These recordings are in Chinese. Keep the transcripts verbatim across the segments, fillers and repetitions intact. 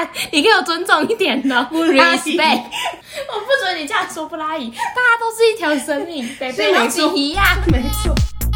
看，你给我尊重一点的 ，respect。我不准你这样说布拉伊，大家都是一条生命，北北都是一样， 没错。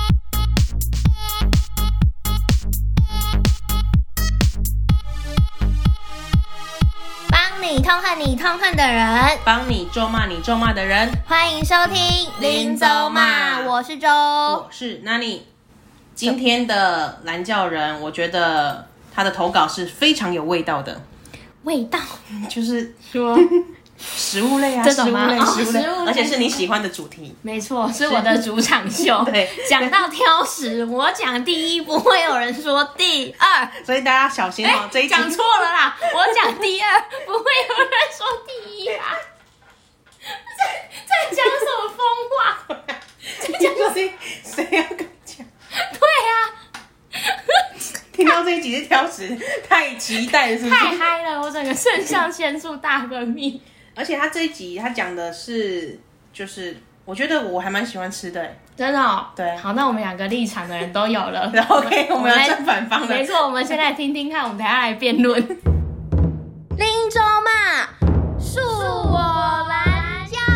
帮你痛恨你痛恨的人， 帮你咒骂你咒骂的人， 欢迎收听林州骂，我是周， 我是 Nani。今天的蓝教人，我觉得他的投稿是非常有味道的。 味道就是说食物类啊， 这种吗？ 食物类， 哦食物类， 食物类而且是你喜欢的主题。 没错，是我的主场秀。 对， 讲到挑食，我讲第一，不会有人说第二， 所以大家小心哦。这一集讲错了啦，我讲第二，不会有人说第一啦。在在讲什么疯话？ 在讲谁谁要跟你讲？ 对啊。 听到这一集是挑食，太期待了，是不是？ 太嗨了，我整个肾上腺素大分泌。 而且他这一集他讲的是，就是我觉得我还蛮喜欢吃的， 真的哦。 对， 好，那我们两个立场的人都有了。 然后 OK， 我们要正反方的。 没错，我们先来听听看，我们等一下来辩论。林州骂，恕我蓝教，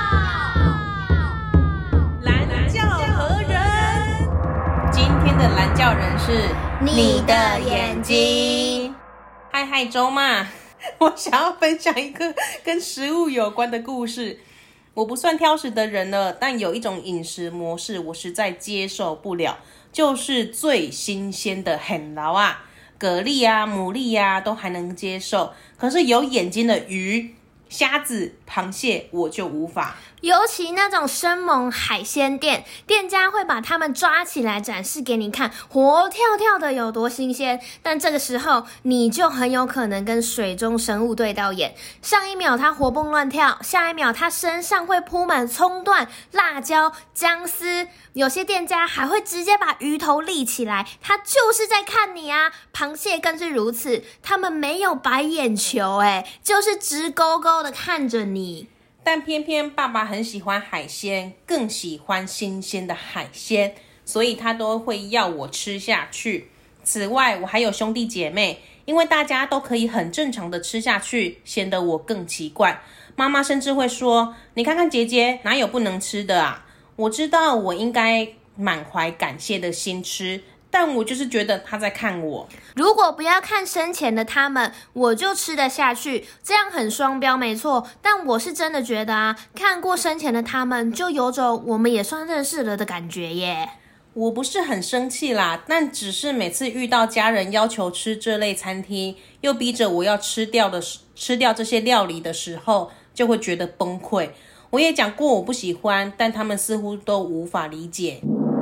蓝教何人？今天的蓝教人是你的眼睛。 嗨嗨，周骂。我想要分享一个跟食物有关的故事。我不算挑食的人了，但有一种饮食模式我实在接受不了，就是最新鲜的很老啊，蛤蜊啊、牡蛎啊都还能接受，可是有眼睛的鱼、虾子、螃蟹我就无法。 尤其那种生猛海鲜店，店家会把它们抓起来展示给你看，活跳跳的有多新鲜。但这个时候，你就很有可能跟水中生物对到眼。上一秒它活蹦乱跳，下一秒它身上会铺满葱段、辣椒、姜丝。有些店家还会直接把鱼头立起来，它就是在看你啊。螃蟹更是如此，它们没有白眼球，诶，就是直勾勾的看着你。 但偏偏爸爸很喜欢海鲜，更喜欢新鲜的海鲜，所以他都会要我吃下去。此外，我还有兄弟姐妹，因为大家都可以很正常的吃下去，显得我更奇怪。妈妈甚至会说：“你看看姐姐，哪有不能吃的啊？”我知道我应该满怀感谢的心吃，但我就是觉得他在看我。 如果不要看生前的他们，我就吃得下去，这样很双标没错。但我是真的觉得啊，看过生前的他们，就有种我们也算认识了的感觉耶。 我不是很生气啦，但只是每次遇到家人要求吃这类餐厅，又逼着我要吃掉的吃掉这些料理的时候，就会觉得崩溃。我也讲过我不喜欢，但他们似乎都无法理解。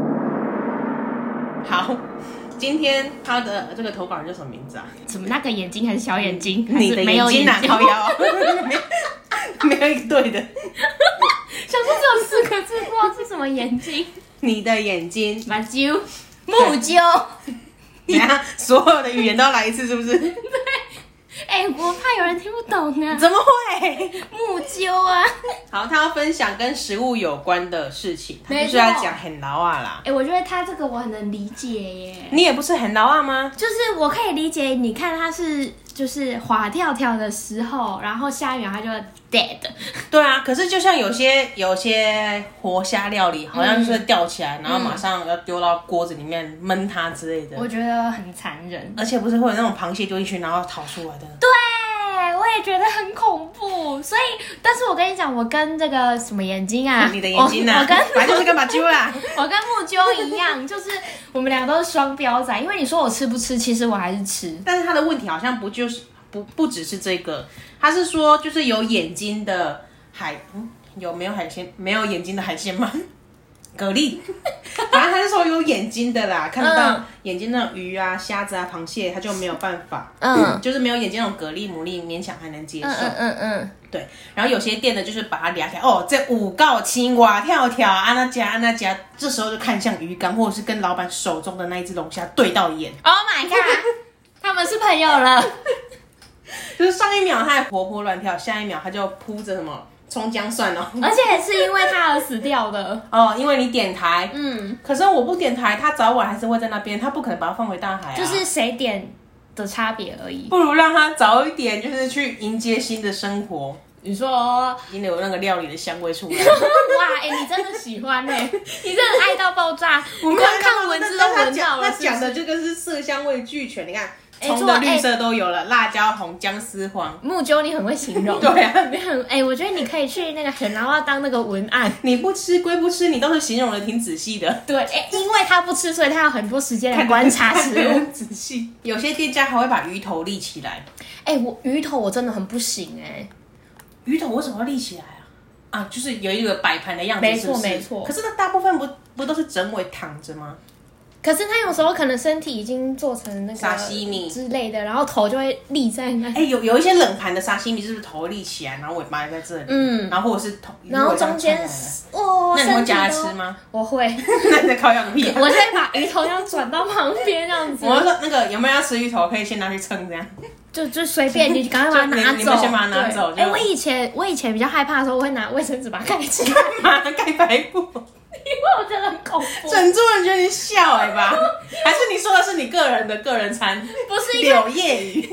好，今天他的这个投稿人叫什么名字啊？ 什么那个眼睛还是小眼睛？ 你的眼睛哪靠腰？没有一个对的。 想说只有四个字，不知道是什么眼睛。 你的眼睛， 目睭，目睭。 你看，所有的语言都要来一次，是不是？ 对。哎、欸，我怕有人听不懂啊！ 怎么会？ 目睭啊！ 好，他要分享跟食物有关的事情，他就是在讲很老啊啦。 哎、欸，我觉得他这个我很能理解耶。 你也不是很老啊吗？ 就是我可以理解，你看他是就是滑跳跳的时候，然后下一秒他就 dead。 对啊，可是就像有些有些活虾料理，好像就是吊起来，嗯、然后马上要丢到锅子里面焖它之类的。 我觉得很残忍， 而且不是会有那种螃蟹丢进去然后逃出来的。 对，我也觉得很恐怖。所以，但是我跟你讲，我跟这个什么眼睛啊， 你的眼睛啊， 我, 我跟反正就是跟把揪啦， 我跟木揪一样，就是我们两个都是双标仔。因为你说我吃不吃，其实我还是吃。 但是他的问题好像不就是不不只是这个，他是说就是有眼睛的海，嗯，有没有海鲜？没有眼睛的海鲜吗？蛤蜊，反正他是说有眼睛的啦，看得到眼睛那种鱼啊、虾子啊、螃蟹，他就没有办法，嗯，就是没有眼睛那种蛤蜊、牡蛎，勉强还能接受，嗯嗯嗯，对。然后有些店呢，就是把它俩起来，哦，这五告青蛙跳跳，啊那家啊那家，这时候就看向鱼缸，或者是跟老板手中的那一只龙虾对到眼。 Oh my god， 他们是朋友了。 就是上一秒他还活泼乱跳，下一秒他就扑着什么葱姜蒜哦， 而且是因为他而死掉的哦，因为你点台， 嗯， 可是我不点台，他早晚还是会在那边，他不可能把它放回大海啊。 就是谁点的差别而已。 不如让他早一点，就是去迎接新的生活。 你说， 因为有那个料理的香味出来。 哇，哎、欸，你真的喜欢哎、欸，你真的爱到爆炸。我光看文字都闻到了。 他讲的这个是色香味俱全，你看。葱的绿色都有了，欸、辣椒红、姜丝黄。 木鸠你很会形容， 对啊， 你很哎、欸，我觉得你可以去那个很然后当那个文案。 你不吃归不吃，你都是形容的挺仔细的。 对，哎、欸，因为他不吃，所以他有很多时间来观察食物， 仔细。有些店家还会把鱼头立起来。 哎、欸，我鱼头我真的很不行哎、欸。 鱼头为什么要立起来啊？啊，就是有一个摆盘的样子， 没错没错。 可是那大部分不不都是整尾躺着吗？ 可是他有时候可能身体已经做成那个沙西米之类的，然后头就会立在那。 哎、欸，有有一些冷盘的沙西米是不是头立起来，然后尾巴在这里？嗯，然后或者是头， 然后中间哦， 那你会夹来吃吗？ 我会。 那你在靠样屁、啊？ 我就会把鱼头要转到旁边这样子。 我说那个有没有要吃鱼头，可以先拿去称这样。 就就随便你赶快把它拿走， 你们先把它拿走。 哎、欸，我以前我以前比较害怕的时候，我会拿卫生纸把它盖起来。 干嘛盖白布？ 因为我觉得很恐怖， 整桌人觉得你笑哎、欸、吧？还是你说的是你个人的个人餐？ 不是柳叶鱼。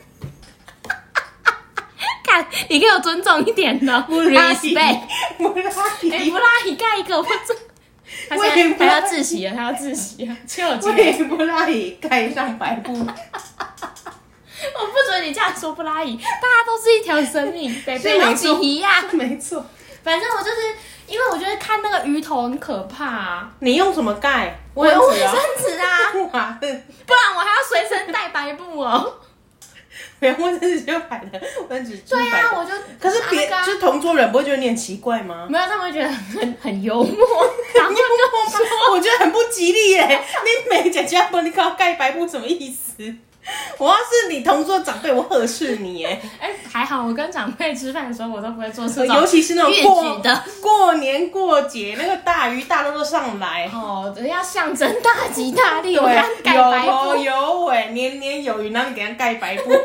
看，你给我尊重一点的 ，respect。 布拉提， 哎，布拉提盖一个，我这。他现在他要窒息了，他要窒息了，切我为布拉提盖上白布。 我不准你这样说布拉提，大家都是一条生命，得被要起疑呀。 没错， 反正我就是因为我觉得看那个鱼头很可怕、啊。 你用什么盖？ 我用卫生纸啊， 哇， 不然我还要随身带白布哦。 不用卫生纸就摆了，卫生纸就摆了。 对啊，我就可是别、啊、就是同桌人不会觉得你很奇怪吗？ 没有，他们会觉得很很幽默，然后就说我觉得很不吉利耶。你每姐姐不你搞盖白布什么意思？我要是你同桌长辈，我呵斥你耶！ 哎、欸，还好我跟长辈吃饭的时候，我都不会做这种， 尤其是那种过的过年过节，那个大鱼大肉都上来哦，要象征大吉大利， 对， 盖白布有头有尾，年年有余，然后你给他盖白布。我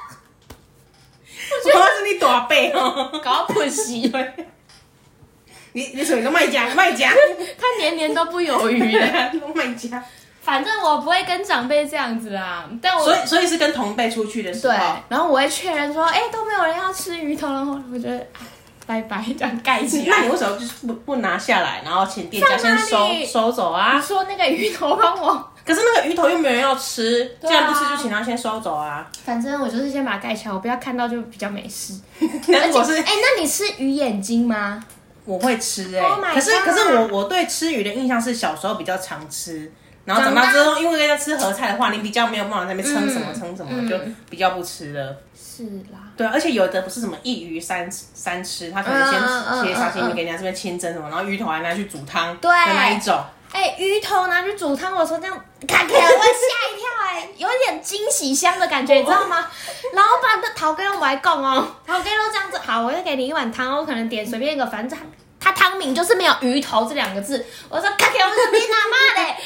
要是你大辈哦， 搞不洗。 你你属于个卖家卖家， 他年年都不有余的卖家。 反正我不会跟长辈这样子啦，但我所以所以是跟同辈出去的时候， 对，然后我会确认说，哎、欸，都没有人要吃鱼头，然后我觉得拜拜这样盖起来。 那你为什么就是不不拿下来，然后请店家先收收走啊？ 你说那个鱼头帮我， 可是那个鱼头又没有人要吃，既然、啊、不吃就请他先收走啊。 反正我就是先把它盖起来，我不要看到就比较没事。 那我是哎、欸，那你吃鱼眼睛吗？ 我会吃哎、欸 oh 可是可是我我对吃鱼的印象是小时候比较常吃。然后长大之后，因为要吃合菜的话，你比较没有办法在那边称什么称、嗯、什么，嗯、就比较不吃了。 是啦， 对，而且有的不是什么一鱼三三吃，他可能先切沙西米给人家这边清蒸什么，然后鱼头还拿去煮汤， 对， 那一种。 哎、欸，鱼头拿去煮汤，我说这样看起来会吓一跳、欸，哎，有点惊喜香的感觉，你知道吗？老板的头给我来讲哦，头给我这样子，好，我就给你一碗汤，我可能点随便一个，反正它汤名就是没有鱼头这两个字，我说看起来我是你他妈的。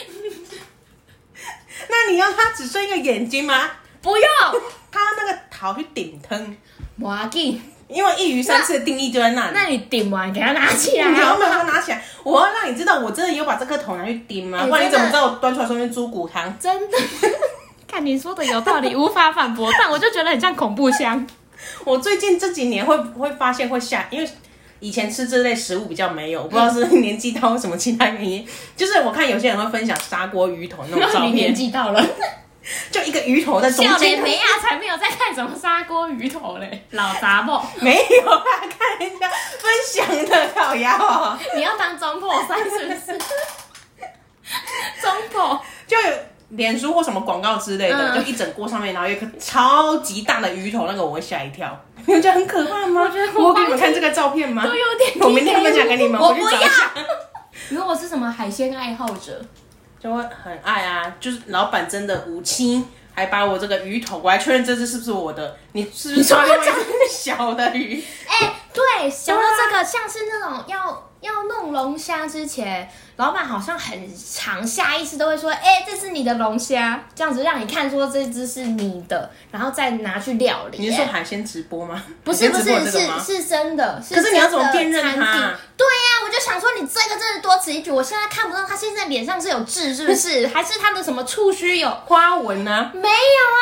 那你要他只剩一个眼睛吗？ 不用， 他那个头去顶汤， 没要紧， 因为一鱼三吃的定义就在那里。 那你顶完给他拿起来， 你要把它拿起来，我要让你知道我真的有把这颗头拿去叮吗？欸、不然你怎么知道我端出来说是猪骨汤？ 真的，看你说的有道理，无法反驳，但我就觉得很像恐怖箱。 我最近这几年会会发现会吓，因为。以前吃这类食物比较没有，我不知道是年纪到或什么其他原因。就是我看有些人会分享砂锅鱼头那种照片， 年纪到了， 就一个鱼头在中间。 笑脸没啊，才没有在看什么砂锅鱼头嘞，老杂某没有啊，看人家分享的烤鸭哦。 你要当中破三是不是？中破就有。脸书或什么广告之类的，嗯、就一整锅上面，然后有一颗超级大的鱼头，那个我会吓一跳。你们觉得很可怕吗？ 我觉得我我给你们看这个照片吗？ 都有点。 我明天分享给你们， 我不要。 如果我是什么海鲜爱好者， 就会很爱啊。就是老板真的无情，还把我这个鱼头，我还确认这只是不是我的。你是不是抓另外一只小的鱼？ 哎、欸，对，想到这个，像是那种要。要弄龙虾之前，老板好像很常下意识都会说：“哎、欸，这是你的龙虾。”这样子让你看说这只是你的，然后再拿去料理。 你是说海鲜直播吗？ 不是不是是是真的，是可是你要怎么辨认它？ 对呀、啊，我就想说你这个真的多此一举。我现在看不到他现在脸上是有痣，是不是？还是他的什么触须有花纹呢？ 没有啊。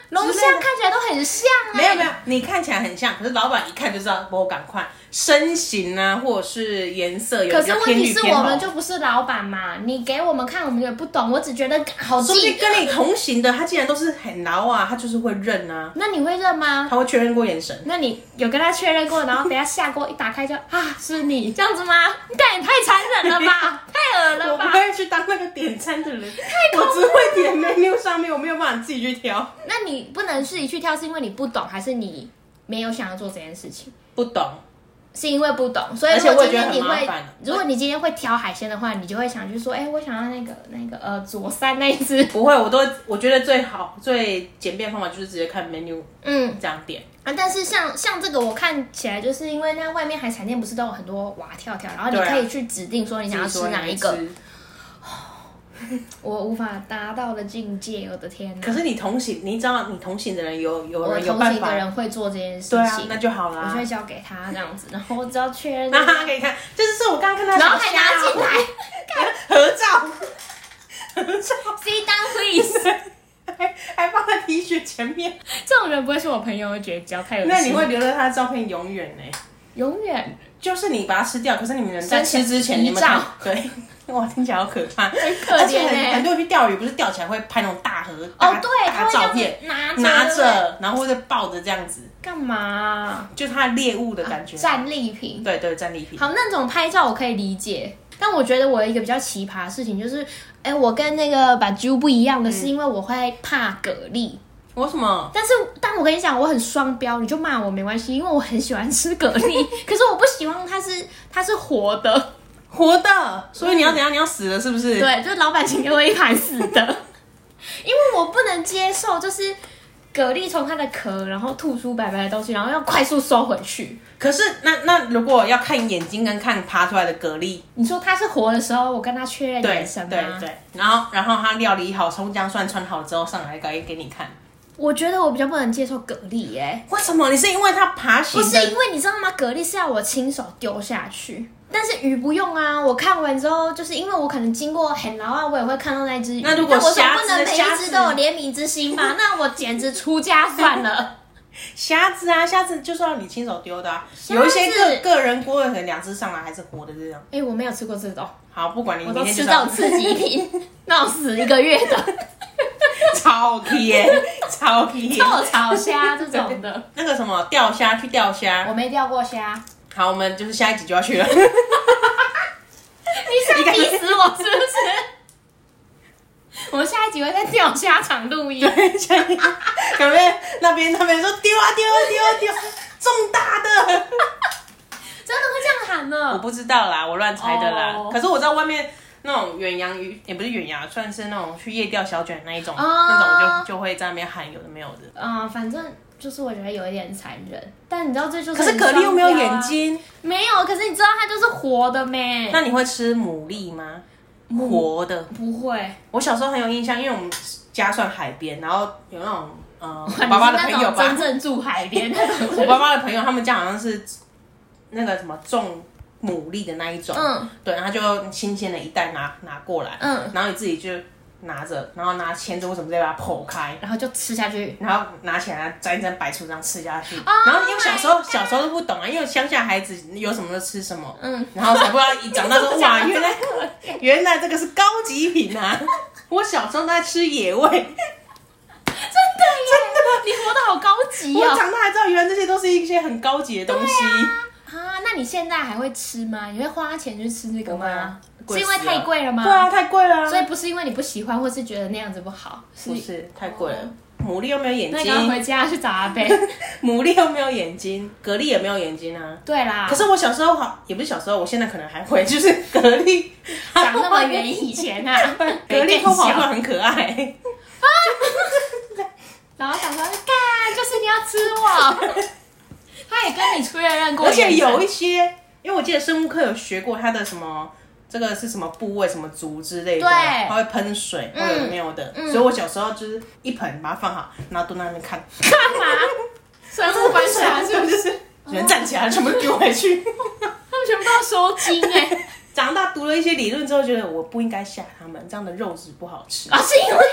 龙虾看起来都很像哎、欸。 没有没有，你看起来很像，可是老板一看就知道我赶快身形啊，或者是颜色有比较偏绿偏红。可是问题是我们就不是老板嘛，你给我们看我们也不懂，我只觉得好记。 说不定跟你同行的他既然都是很老啊，他就是会认啊。 那你会认吗？ 他会确认过眼神。 那你有跟他确认过，然后等下下锅一打开就啊是你这样子吗？你干也太残忍了吧，太恶了吧！ 我不会去当那个点餐的人，我只会点 menu 上面，我没有办法自己去挑。 那你不能自己去挑，是因为你不懂，还是你没有想要做这件事情？ 不懂， 是因为不懂，所以如果今天你会，如果你今天会挑海鲜的话，你就会想去说，哎、欸，我想要那个那个呃左三那一只。 不会，我都我觉得最好最简便的方法就是直接看 menu， 嗯，这样点。 啊，但是像像这个我看起来就是因为那外面海产店不是都有很多蛙跳跳，然后你可以去指定说你想要吃哪一个。我无法达到的境界，我的天哪！ 可是你同行，你知道你同行的人有有人有办法， 我同行的人会做这件事情， 对啊，那就好了。 我就会交给他这样子，然后我只要确认， 那他可以看，就是是我刚刚看到， 然后还拿进来合照，合照 ，Sit down please， 还还放在 T 恤前面。 这种人不会是我朋友，会觉得比较太恶心。 那你会留着他的照片永远呢？ 永远就是你把它吃掉，可是你们在吃之前，你们对。哇，听起来好可怕，很可怜欸。 很多人去钓鱼，不是钓起来会拍那种大盒哦，对， 大照片， 拿拿着，然后或者抱着这样子， 干嘛？ 就是它猎物的感觉， 战利品。 对对，战利品。 好，那种拍照我可以理解，但我觉得我有一个比较奇葩的事情，就是，哎，我跟那个把猪不一样的是，因为我会怕蛤蜊。 为什么？ 但是，但我跟你讲，我很双标，你就骂我没关系，因为我很喜欢吃蛤蜊，可是我不希望它是它是活的。 活的，所以你要怎样？你要死了是不是？ 对，就是老板请给我一盘死的，因为我不能接受，就是蛤蜊从它的壳，然后吐出白白的东西，然后要快速收回去。 可是那那如果要看眼睛跟看爬出来的蛤蜊， 你说它是活的时候，我跟他确认眼神吗？ 对对对，然后然后他料理好，葱姜蒜穿好之后上来给给你看。 我觉得我比较不能接受蛤蜊耶。 为什么？你是因为它爬行？ 不是因为你知道吗？蛤蜊是要我亲手丢下去。但是鱼不用啊！我看完之后，就是因为我可能经过很牢啊，我也会看到那只鱼。 那如果我总不能每一只都有怜悯之心吧？那我简直出家算了。 虾子啊，虾子就是要你亲手丢的啊。有一些个个人锅可能两只上来还是活的这样。 哎、欸，我没有吃过这种。 好，不管你， 我都吃到刺激品，闹死一个月的。 超甜，超甜， 臭炒虾这种的。 那个什么钓虾，去钓虾。 我没钓过虾。 好，我们就是下一集就要去了。你想逼死我是不是？我们下一集会在钓虾场录音。 对，下一集可能那边那边说丢啊丢啊丢啊丢，重大的， 真的会这样喊呢？ 我不知道啦，我乱猜的啦。 Oh. 可是我知道外面那种远洋鱼，也不是远洋，算是那种去夜钓小卷那一种，oh. 那种就就会在那边喊有的没有的。 啊、uh, 反正。就是我觉得有一点残忍，但你知道这就是、啊、 可是蛤蜊又没有眼睛， 没有。可是你知道它就是活的咩？ 那你会吃牡蛎吗？活的不会。 我小时候很有印象，因为我们家算海边，然后有那种呃，我爸爸的朋友吧， 真正住海边。 我爸爸的朋友，他们家好像是那个什么种牡蛎的那一种，嗯，对，然后就新鲜的一袋拿拿过来，嗯，然后你自己就。拿着，然后拿钳子或什么直接把它剖开， 然后就吃下去， 然后拿起来沾一沾白醋这样吃下去。Oh、然后因为小时候小时候都不懂啊，因为乡下孩子有什么就吃什么，嗯，然后才不知道一长大说哇，原来原来这个是高级品啊！我小时候都在吃野味，真的耶，真的，你活得好高级哦！ 我长大才知道，原来这些都是一些很高级的东西。 啊，那你现在还会吃吗？你会花钱去吃这个吗？是因为太贵了吗？ 对啊，太贵了、啊。 所以不是因为你不喜欢，或是觉得那样子不好， 不是太贵了。牡蛎又没有眼睛， 那你回家去找阿贝。 牡蛎又没有眼睛，蛤蜊也没有眼睛啊。 对啦。 可是我小时候好，也不是小时候，我现在可能还会，就是蛤蜊长那么远以前啊， 蛤蜊偷跑出来很可爱。 然后想说，干，就是你要吃我。他也跟你确认过， 而且有一些，因为我记得生物课有学过它的什么，这个是什么部位，什么足之类的， 对， 它会喷水，会有没有的、嗯，所以我小时候就是一盆把它放好，然后蹲在那边看， 干嘛？生物观察是不是？ 人站起来，全部丢回去， 他们全部都要收金哎、欸。 长大读了一些理论之后，觉得我不应该吓他们，这样的肉质不好吃啊，是因为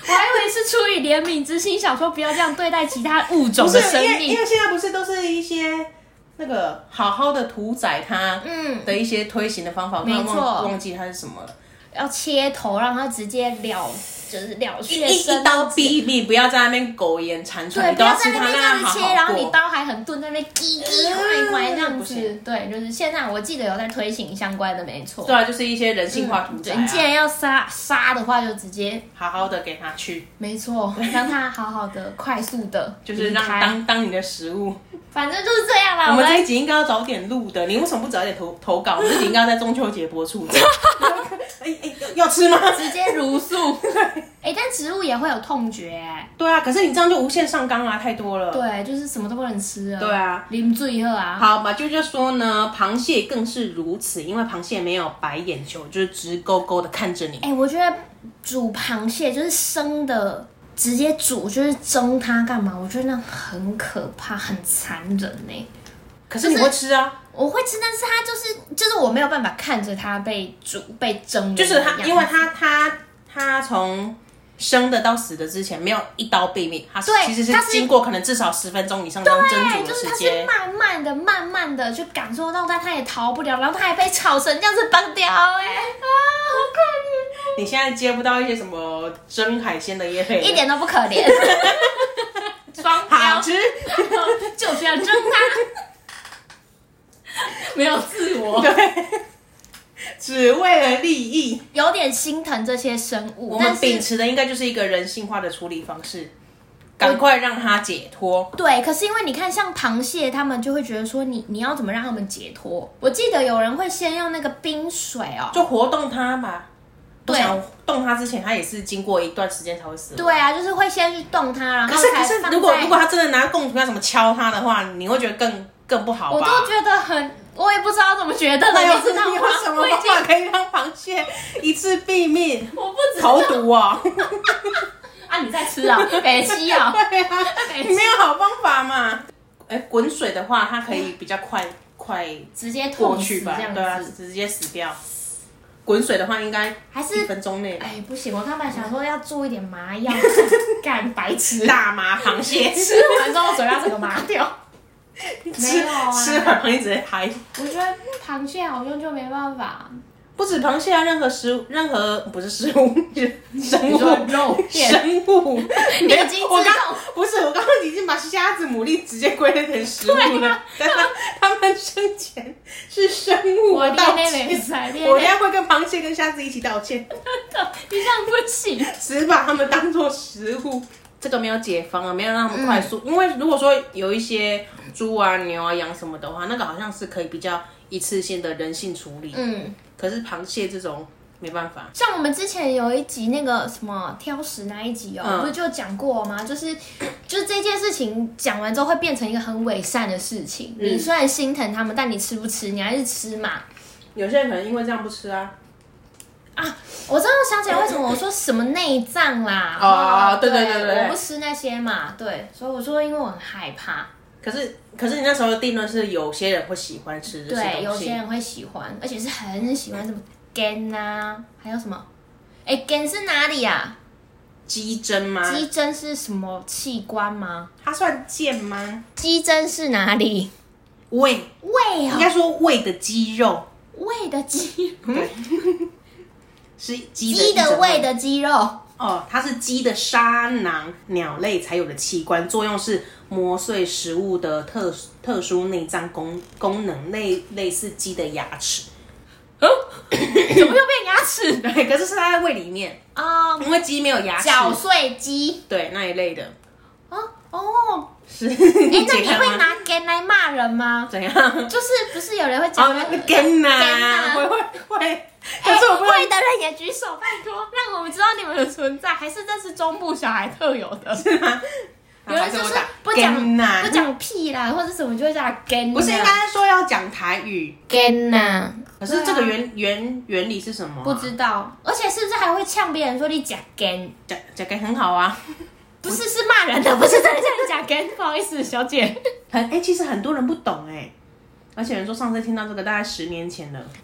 我还以为是出于怜悯之心，想说不要这样对待其他物种的生因为因命。 为现在不是都是一些那个好好的屠宰它嗯的一些推行的方法，我没错忘忘记它是什么了。 要切头，让它直接了，就是了一却一一刀毙。 毙命，不要在那边苟延残喘， 对， 你都要不要在那吃它那样边这样子切， 好好过。 然后你刀还很钝，在那边叽叽快快这样子。 不行对，就是现在我记得有在推行相关的，没错。 对啊，就是一些人性化屠宰、 对， 啊你既然要杀杀的话，就直接好好的给它去， 没错，让它好好的、快速的就是让当当你的食物。 反正就是这样啦。 我们这来一集应该要早点录的，你为什么不早点投投稿？我们这集应该要在中秋节播出的。哎哎，要吃吗？ 直接如素。哎、但植物也会有痛觉、欸。 对啊，可是你这样就无限上纲啦，太多了。 对，就是什么都不能吃了。 对啊， 啉醉喝啊。 好，马就就说呢，螃蟹更是如此，因为螃蟹没有白眼球，就是直勾勾的看着你。 哎、我觉得煮螃蟹就是生的，直接煮就是蒸它干嘛？我觉得那很可怕，很残忍呢、 可是你会吃啊？ 我会吃，但是它就是就是我没有办法看着它被煮被蒸的就是它， 那个样子， 因为它它它从生的到死的之前没有一刀毙命，它对其实它是是经过可能至少十分钟以上这样蒸煮对， 的就是它是时间。 慢慢的、慢慢的就感受到，但它也逃不了，然后它还被炒成这样子绑掉、哎，啊，好可你现在接不到一些什么蒸海鲜的业配了， 怜，一点都不可怜，双好标， 吃。 就是要蒸它，没有自我， 对，只为了利益。 有点心疼这些生物， 我们但是秉持的应该就是一个人性化的处理方式，赶快让它解脱。 对，可是因为你看，像螃蟹，他们就会觉得说你，你要怎么让他们解脱？我记得有人会先用那个冰水哦， 就活动它吧。 对我想动它之前，它也是经过一段时间才会死亡。 对啊，就是会先去动它，然后可是可才放是如果在如果他真的拿贡图要怎么敲它的话，你会觉得更更不好吧？ 我都觉得很，我也不知道怎么觉得的， 那有你知道吗？ 有什么我已经方法可以让螃蟹一次毙命？ 我不知道投毒哦！ 啊，你在吃啊，北七啊， 对啊， 北你没有好方法嘛？哎，滚水的话，它可以比较快快直接过痛死去吧这？样对啊， 子， 直接死掉。滚水的话，应该还是一分钟内吧。 哎不行，我刚才想说要注一点麻药，干白痴， 大麻螃蟹吃完之后嘴要整个麻掉。没吃有啊吃完螃蟹直接嗨。 我觉得螃蟹好像就没办法， 不止螃蟹啊，任何食物，任何不是食物，就是生物你说肉片生物。 你已经我刚知道不是，我刚刚已经把虾子、牡蛎直接归类成食物了对啊。 但是他们生前是生物， 我道练那没歉。 赛，练我等一那下会跟螃蟹跟虾子一起道歉， 你这样不行。 只把它们当做食物。这个没有解放啊，没有让他们快速。 嗯因为如果说有一些猪啊、牛啊、羊什么的话，那个好像是可以比较一次性的人性处理。 嗯， 可是螃蟹这种没办法。 像我们之前有一集那个什么挑食那一集哦， 嗯不是就讲过吗？就是就是这件事情讲完之后会变成一个很伪善的事情。 嗯你虽然心疼他们，但你吃不吃？你还是吃嘛。 有些人可能因为这样不吃啊。 啊，我真的想起来为什么我说什么内脏啦。 哦对对对对我不吃那些嘛，对，所以我说因为我很害怕。 可是可是你那时候的定论是有些人会喜欢吃这些东西。 对，有些人会喜欢，而且是很喜欢什么肝啊，还有什么？哎，肝是哪里啊？ 鸡胗吗？ 鸡胗是什么器官吗？ 它算腱吗？ 鸡胗是哪里？ 胃， 胃哦， 应该说胃的肌肉。 胃的肌， 对，是鸡的鸡一整的胃的肌肉。 哦，它是鸡的沙囊，鸟类才有的器官，作用是磨碎食物的特特殊内脏功功能，类类似鸡的牙齿。 怎么又变牙齿？ 对，可是是它在胃里面， 啊， 因为鸡没有牙齿。 绞碎鸡。 对，那一类的。 哦哦， 是。 哎， 哎那你会拿肝来骂人吗？ 怎样？ 就是不是有人会讲哦，那个根呐， 啊会会会。可哎是我不知道会的人也举手，拜托，让我们知道你们的存在，还是这是中部小孩特有的？ 是吗？ 有人就是不不讲呐， 不讲屁啦，或者什么就会叫他根。 不是应该说要讲台语？ 根呐？ 可是这个原原原理是什么啊？ 不知道，而且是不是还会呛别人说你假根？ 讲讲根很好啊。 不是，是骂人的，不是真的叫你假根。不好意思，小姐。 很哎、其实很多人不懂哎、而且人说上次听到这个大概十年前了。 嗯，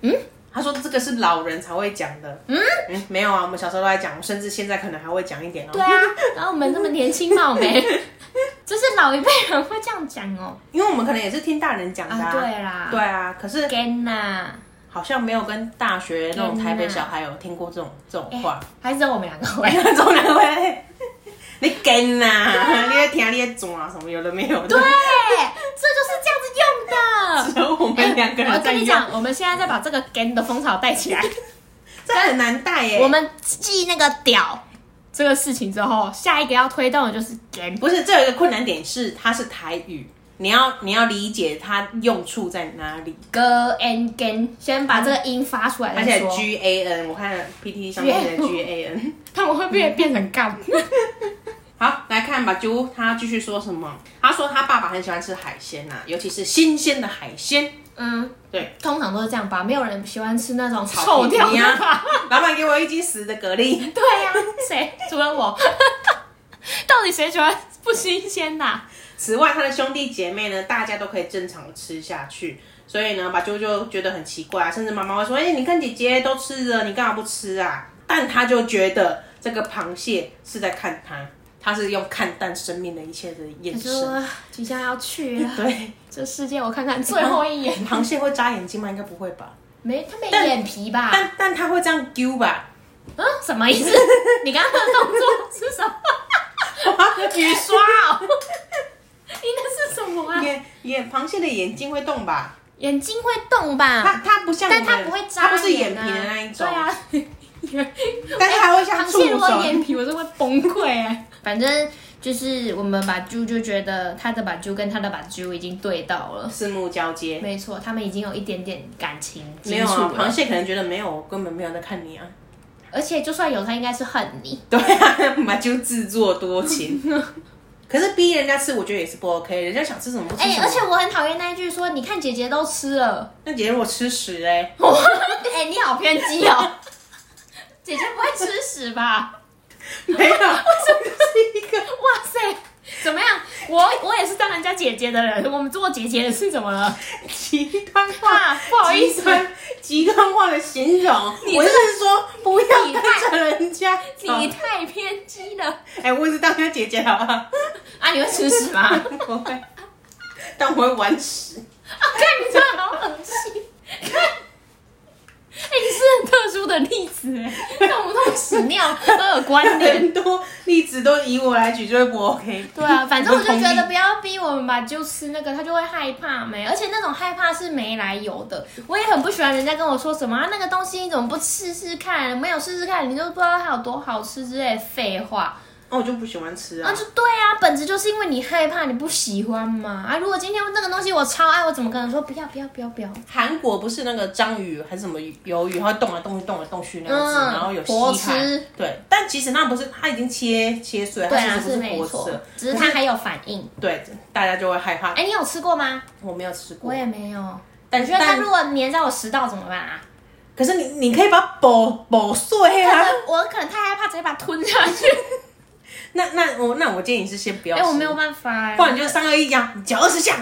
他说这个是老人才会讲的。嗯嗯，没有啊，我们小时候都在讲，甚至现在可能还会讲一点哦。 对啊，然后我们这么年轻貌美，就是老一辈人会这样讲哦。 因为我们可能也是听大人讲的啊。 啊对啦。 对啊，可是跟呐， 好像没有跟大学那种台北小孩有听过这种这种话。 还是只有我们两个会， 这种两位。你跟呐，你在听，你在抓什么有的没有的。 对，这就是这样子用的。 只有我们两个人在用。 我跟你讲，我们现在再把这个跟的风潮带起来， 这很难带耶。 我们记那个屌这个事情之后，下一个要推动的就是跟。 不是，这有一个困难点是，它是台语，你要你要理解它用处在哪里。 歌 and 跟，先把这个音发出来再说。 而且 G A N， 我看 P T T 上面的 G A N， 他们会不会变成干？ 好，来看吧，啾，他继续说什么？他说他爸爸很喜欢吃海鲜呐、啊，尤其是新鲜的海鲜。 嗯， 对， 通常都是这样吧，没有人喜欢吃那种臭掉的吧。 老板给我一斤死的蛤蜊。 对呀、啊，谁？除了我。到底谁喜欢不新鲜的、啊？ 此外，他的兄弟姐妹呢，大家都可以正常的吃下去。所以呢，把啾就觉得很奇怪、啊，甚至妈妈会说：“哎、欸，你看姐姐都吃了，你干嘛不吃啊？”但他就觉得这个螃蟹是在看他。他是用看淡生命的一切的眼神， 即将要去了。 对， 这世界我看看最后一眼。 螃蟹会眨眼睛吗？应该不会吧？ 没，它没眼皮吧？ 但但它会这样丢吧？ 嗯，什么意思？你刚刚的动作是什么？雨刷哦？你那是什么啊？ 眼眼螃蟹的眼睛会动吧？ 眼睛会动吧？ 它它不像， 但它不会眨眼、啊， 它不是眼皮的那一种。 对啊。 但是还会像触手。 螃蟹如果眼皮，我是会崩溃哎。反正就是我们把啾就觉得他的把啾跟他的把啾已经对到了， 四目交接。 没错，他们已经有一点点感情基础了。 没有啊，螃蟹可能觉得没有，我根本没有在看你啊。 而且就算有，他应该是恨你。 对啊，把啾自作多情。可是逼人家吃，我觉得也是不 OK。人家想吃什么不吃什么。 哎、欸，而且我很讨厌那一句说，你看姐姐都吃了， 那姐姐如果吃屎哎、 欸，哎、欸，你好偏激哦。姐姐不会吃屎吧？ 没有，我是一个。 哇塞，怎么样？我我也是当人家姐姐的人，我们做姐姐的是怎么了？ 极端化， 不好意思， 极端化的形容。我是说，不要跟着人家。 你太偏激了。 哎、欸，我也是当人家姐姐好不好？ 啊，你会吃屎吗？ 不会，但我会玩屎。 啊，看你真的好恶心。看。哎、欸，你是很特殊的例子哎，动不动屎尿都有关联， 很多例子都以我来举就会不 OK。 对啊，反正我就觉得不要逼我们吧，就吃那个，他就会害怕没，而且那种害怕是没来由的。我也很不喜欢人家跟我说什么啊，那个东西你怎么不试试看？没有试试看，你就不知道它有多好吃之类的废话。 那、哦、我就不喜欢吃啊！ 啊，就对啊，本质就是因为你害怕，你不喜欢嘛。啊，如果今天那个东西我超爱，我怎么可能说不要不要不要不要？ 韩国不是那个章鱼还是什么鱿鱼，它会动来动去动来动去那样子，嗯、然后有吸盘。对，但其实那不是，它已经切切碎，它其实不是活吃的， 只是它还有反应。 对，大家就会害怕。 哎、欸，你有吃过吗？ 我没有吃过， 我也没有。但我觉得它如果粘在我食道怎么办啊？ 可是你你可以把它剥剥碎啊！ 我可能太害怕，直接把它吞下去。 那那我那我建议你是先不要吃， 哎、欸，我没有办法哎， 不然你就三二一呀，嚼二十下，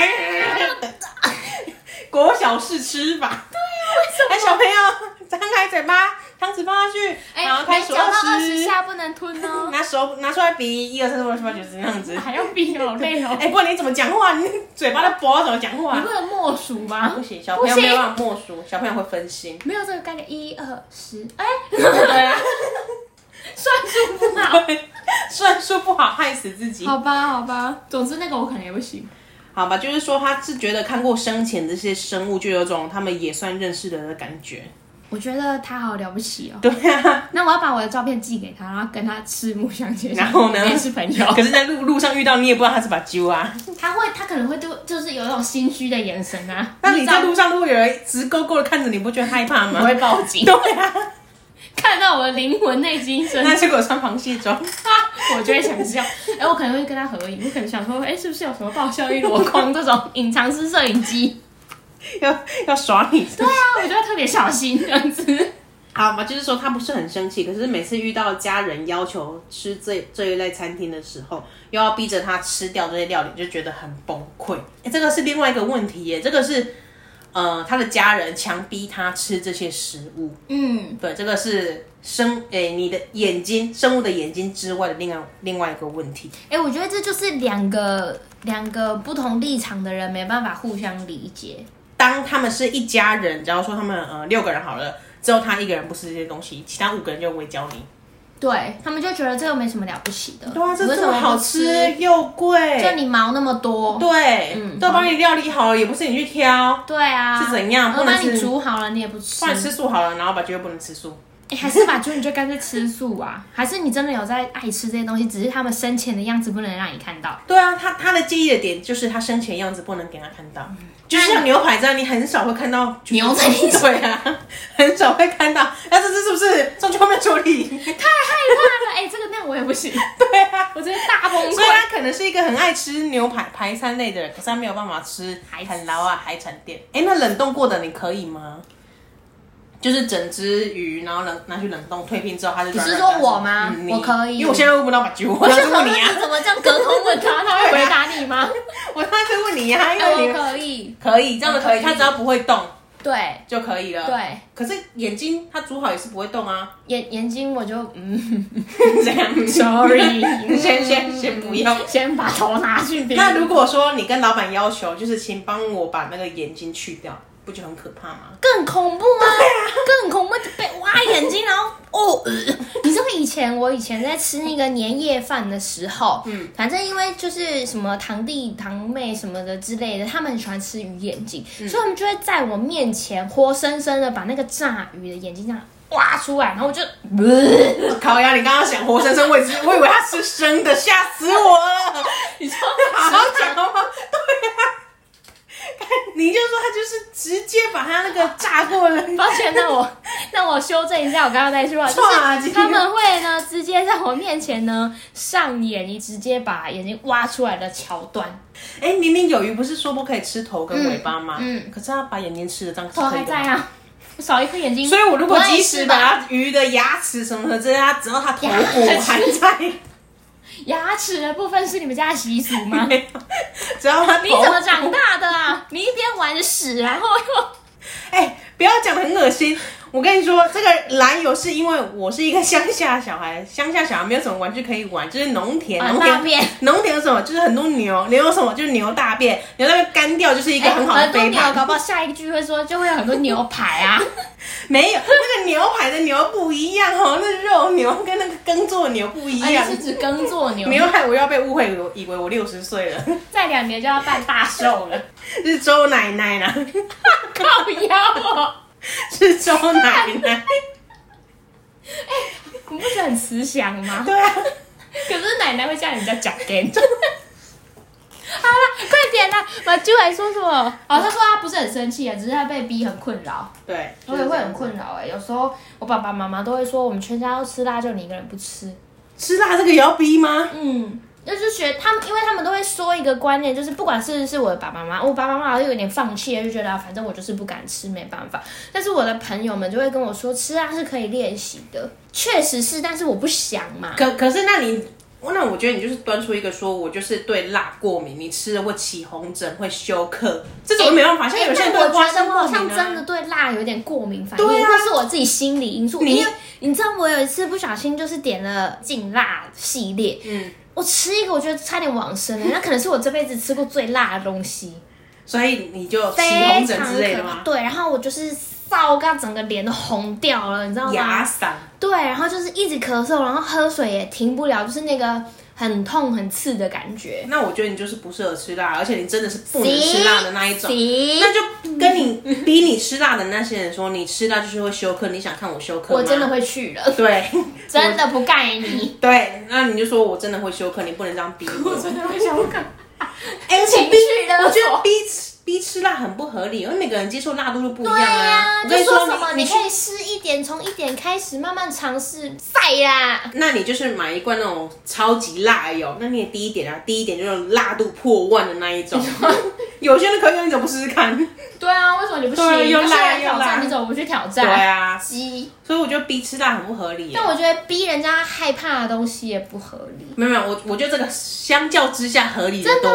国小式吃法。 对啊，为什么？ 哎，小朋友张开嘴巴，汤匙放下去， 欸、 然后开始二十，二十下不能吞哦。 拿手拿出来比一二三四五六七八九十这样子， 还要比，好累哦。 哎、欸，不然你怎么讲话？你嘴巴在剥，怎么讲话？ 你不能默数吗？ 不行，小朋友没有办法默数，小朋友会分心。 没有这个概念，一二十，哎， 对啊。 算术不好， 算术不好害死自己。 好吧，好吧，总之那个我可能也不行。 好吧，就是说他是觉得看过生前这些生物，就有种他们也算认识的的感觉。 我觉得他好了不起哦。 对啊， 那我要把我的照片寄给他，然后跟他四目相接， 然后呢， 也是朋友。 可是，在路路上遇到你也不知道他是把揪啊。 他会，他可能会对，就是有一种心虚的眼神啊。 那你在路上如果有人直勾勾的看着你，不觉得害怕吗？ 我会报警。 对啊。 看到我的灵魂内心深处， 那结果穿螃蟹装， 我就会想笑。哎、欸，我可能会跟他合影，我可能想说，哎、欸，是不是有什么爆笑一箩筐这种隐藏式摄影机， 要要耍你是不是？ 对啊，我就要特别小心这样子。 好嘛，就是说他不是很生气，可是每次遇到家人要求吃这这一类餐厅的时候，又要逼着他吃掉这些料理，就觉得很崩溃。哎、欸，这个是另外一个问题耶，这个是。 呃他的家人强逼他吃这些食物。 嗯， 对，这个是生诶、你的眼睛生物的眼睛之外的另外另外一个问题。 哎、欸，我觉得这就是两个两个不同立场的人没办法互相理解。 当他们是一家人，假如说他们呃六个人好了，只有他一个人不吃这些东西，其他五个人就会教你。 对，他们就觉得这个没什么了不起的。 对啊，这这么好吃又贵， 就你毛那么多。 对，嗯，都帮你料理好了，也不是你去挑。 对啊， 是怎样？ 我帮你煮好了，你也不吃。 帮你吃素好了，然后把绝对不能吃素。 哎、欸，还是把猪你就干脆吃素啊？还是你真的有在爱吃这些东西，只是他们生前的样子不能让你看到？ 对啊，他他的介意的点就是他生前样子不能给他看到。嗯，就像牛排这样，你很少会看到牛在一起。 对啊，很少会看到。但是这是不是中秋没有处理？ 太害怕了！哎、欸，这个那样我也不行。 对啊， 我直接大崩溃。 所以他可能是一个很爱吃牛排排餐类的人，可是他没有办法吃很老啊海产店。哎、欸，那冷冻过的你可以吗？就是整只鱼，然后冷拿去冷冻退冰之后，它就。 你是说我吗？ 嗯、 我可以， 因为我现在问不到把酒， 我是问你啊。 你怎么这样隔空问他，他会回答你吗？ 我刚才在问你呀、啊，因为你、 欸、我可以， 可以这样的可以，它只要不会动， 对就可以了。 对， 可是眼睛它煮好也是不会动啊。 眼眼睛我就嗯， 这样 ，sorry， 先先先不要， 先把头拿去。 那如果说你跟老板要求，就是请帮我把那个眼睛去掉。不就很可怕吗？ 更恐怖啊！更恐怖，被挖眼睛，然后哦、呃，你知道以前我以前在吃那个年夜饭的时候，嗯，反正因为就是什么堂弟堂妹什么的之类的，他们很喜欢吃鱼眼睛，嗯、所以他们就会在我面前活生生的把那个炸鱼的眼睛这样挖出来，然后我就， 呃、烤鸭，你刚刚想活生生，我我以为他是生的，吓死我了！ 你说好好讲好吗？对啊。你就说他就是直接把他那个炸过了。 抱歉，那我那我修正一下我刚刚那句话，就是他们会呢直接在我面前呢上演你直接把眼睛挖出来的桥段。 哎、欸，明明有鱼不是说不可以吃头跟尾巴吗？ 嗯，嗯可是他把眼睛吃了，这样头还在啊，少一颗眼睛。 所以我如果即使把鱼的牙齿什么的，这些，只要它头骨还在。 牙齿的部分是你们家的习俗吗？ 只要他你怎么长大的啊？你一边玩屎，然后又…… 哎、欸，不要讲得很恶心。我跟你说，这个来由是因为我是一个乡下小孩，乡下小孩没有什么玩具可以玩，就是农田，农田， 田，农田有什么？就是很多牛，牛有什么？就是牛大便，牛大便干掉就是一个很好的飞盘。 很多牛，搞不好下一句会说就会有很多牛排啊。 没有，那个牛排的牛不一样哦，那肉牛跟那个耕作牛不一样。 啊、你是指耕作牛？ 牛害我要被误会，我以为我六十岁了， 再两年就要办大寿了。 是周奶奶啦， 靠腰哦。 是周奶奶，哎、 欸，你不觉得很慈祥吗？ 对啊， 可是奶奶会叫人家讲给你。好了，快点啦！马啾还说什么？哦，他说他不是很生气啊，只是他被逼很困扰。 对， 我也会很困扰哎、欸。有时候我爸爸妈妈都会说，我们全家都吃辣，就你一个人不吃。 吃辣这个也要逼吗？ 嗯。就是学他们，因为他们都会说一个观念，就是不管是是我的爸爸妈妈，我爸爸妈妈就有点放弃了，就觉得反正我就是不敢吃，没办法。但是我的朋友们就会跟我说，吃辣是可以练习的，确实是，但是我不想嘛。 可可是那你，那我觉得你就是端出一个说我就是对辣过敏，你吃了会起红疹，会休克，这种没办法。欸、像有些人对花生过敏、啊， 我好像真的对辣有点过敏反应，对啊，或是我自己心理因素。因为你知道，我有一次不小心就是点了劲辣系列，嗯。我吃一个，我觉得差点往生了，那可能是我这辈子吃过最辣的东西， 所以你就起红疹之类的吗？ 对，然后我就是烧到整个脸都红掉了，你知道吗？ 牙嗓。对， 然后就是一直咳嗽，然后喝水也停不了，就是那个很痛很刺的感觉。 那我觉得你就是不适合吃辣，而且你真的是不能吃辣的那一种。 那就跟你逼你吃辣的那些人说，你吃辣就是会休克，你想看我休克吗？ 我真的会去了。 对， 真的不盖你。 对，那你就说我真的会休克，你不能这样逼我。 我真的会休克。 哎、欸， 情绪的， 我觉得逼吃逼吃辣很不合理，因为每个人接受辣度就不一样啊。 对啊， 我跟你说什么你可以试一点，从一点开始慢慢尝试，晒啦。 那你就是买一罐那种超级辣油，那你也第一点啊，第一点就是辣度破万的那一种。有些人可以，你怎么不试试看？ 对啊，为什么你不行？ 对，又辣又辣，你怎么不去挑战？ 对啊， 鸡。 所以我觉得逼吃辣很不合理。 但我觉得逼人家害怕的东西也不合理。 没有没有，我我觉得这个相较之下合理的多。 真的吗？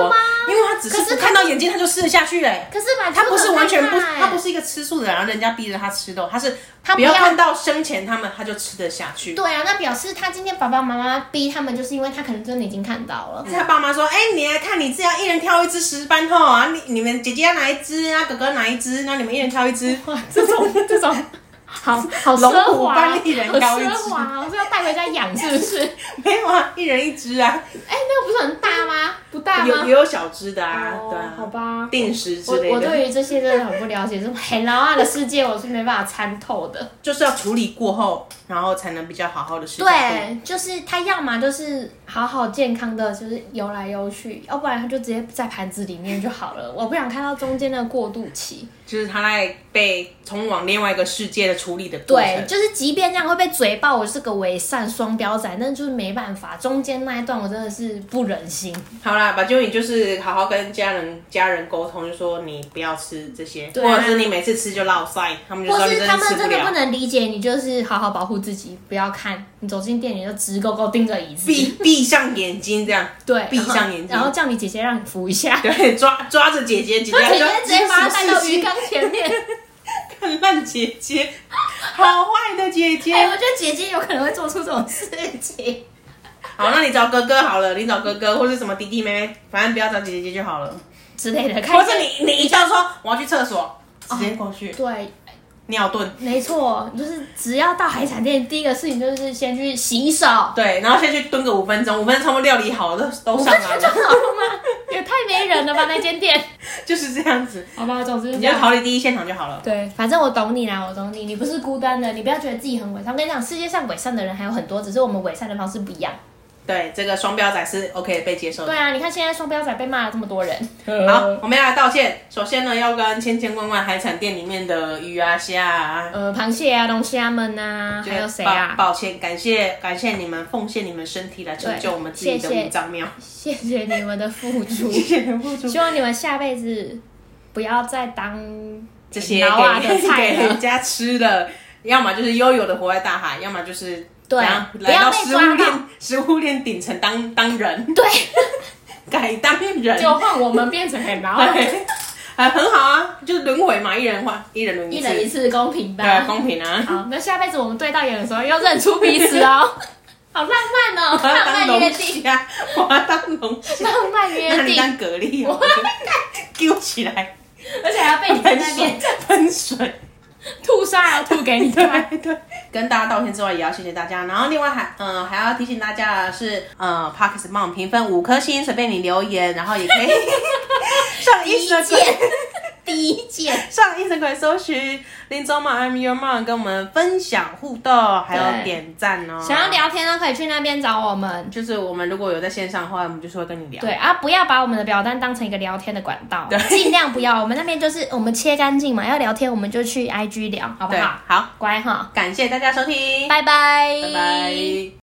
因为他只是看到眼睛他就吃得下去嘞。 可是吧， 他不是完全不， 欸、 他不是一个吃素的人，然后人家逼着他吃肉，他是他不要看到生前他们他就吃得下去。 对啊，那表示他今天爸爸妈妈逼他们，就是因为他可能真的已经看到了。 他爸妈说：“哎、欸，你来看，你只要一人挑一只石斑吼啊，你你们姐姐要哪一只啊，哥哥哪一只，那你们一人挑一只。” 哇，这种这种。好好奢华， 一人挑一只， 好奢华哦，是要带回家养是不是？ 没有啊，一人一只啊。 哎、欸，那个不是很大吗？不大吗？ 有也有小只的啊， 哦、 对啊。 好吧。 定时之类的。 我我对于这些真的很不了解，这种很老啊的世界我是没办法参透的。 就是要处理过后，然后才能比较好好的吃。 对，就是它要么就是好好健康的，就是游来游去，要不然它就直接在盘子里面就好了。我不想看到中间的过渡期。 就是它在被通往另外一个世界的处理的过程。 对，就是即便这样会被嘴爆，我是个伪善双标仔，但就是没办法，中间那一段我真的是不忍心。 好啦，把就你就是好好跟家人家人沟通，就说你不要吃这些， 对啊、 或者是你每次吃就落腮，他们就说你真的吃不了。 或是他们真的不能理解你，就是好好保护自己，不要看你走进店里就直勾勾盯着椅子， 闭闭上眼睛这样， 对， 闭上眼睛， 然后叫你姐姐让你扶一下， 对，抓抓着姐姐，姐姐姐姐直接把她带到鱼缸前面。 看烂姐姐，好坏的姐姐。 哎、欸，我觉得姐姐有可能会做出这种事情。 好，那你找哥哥好了，你找哥哥或是什么弟弟妹妹，反正不要找姐姐就好了之类的。 或者你你一到说我要去厕所，直接过去。 哦、对。 尿遁， 没错，就是只要到海产店，第一个事情就是先去洗手， 对，然后先去蹲个五分钟，五分钟差不多料理好了，都都上来了， 就好了吗？也太没人了吧，那间店就是这样子， 好吧，总之你就逃离第一现场就好了。 对，反正我懂你啦，我懂你，你不是孤单的，你不要觉得自己很伪善。我跟你讲，世界上伪善的人还有很多，只是我们伪善的方式不一样。 对，这个双标仔是 OK 被接受的。 对啊，你看现在双标仔被骂了这么多人。 好，我们要来道歉。首先呢，要跟千千万万海产店里面的鱼啊、虾啊、 呃螃蟹啊、龙虾们啊，还有谁啊？ 抱歉，感谢感谢你们奉献你们身体来拯救我们自己的五脏庙。 谢谢你们的付出， 谢谢你们付出。 希望你们下辈子不要再当这些给给人家吃的，要么就是悠悠的活在大海，要么就是。 对， 来到食物链食物链顶层当当人， 对， 改当人， 就换我们变成很老， 对，还很好啊，就是轮回嘛，一人换一人轮一次， 一人一次公平吧？ 对，公平啊。 好，那下辈子我们对到眼的时候要认出彼此哦，好浪漫哦，浪漫约定啊，我要当龙虾， 浪漫约定， 那你当蛤蜊，我丢起来， 而且还要被你在那边喷水。 吐沙要吐给你看， 对对，跟大家道歉之外，也要谢谢大家。然后另外还，嗯、呃，还要提醒大家的是，呃 ，Podcast 帮我们评分五颗星，随便你留言，然后也可以上 Instagram， 第一件上 Instagram 搜寻林周妈 I'm Your Mom， 跟我们分享互动，还有点赞哦。 想要聊天呢，可以去那边找我们。 就是我们如果有在线上的话，我们就是会跟你聊。 对啊，不要把我们的表单当成一个聊天的管道，尽量不要。我们那边就是我们切干净嘛，要聊天我们就去 I G 聊，好不好？ 好， 乖哈。 感谢大家收听， 拜拜， 拜拜。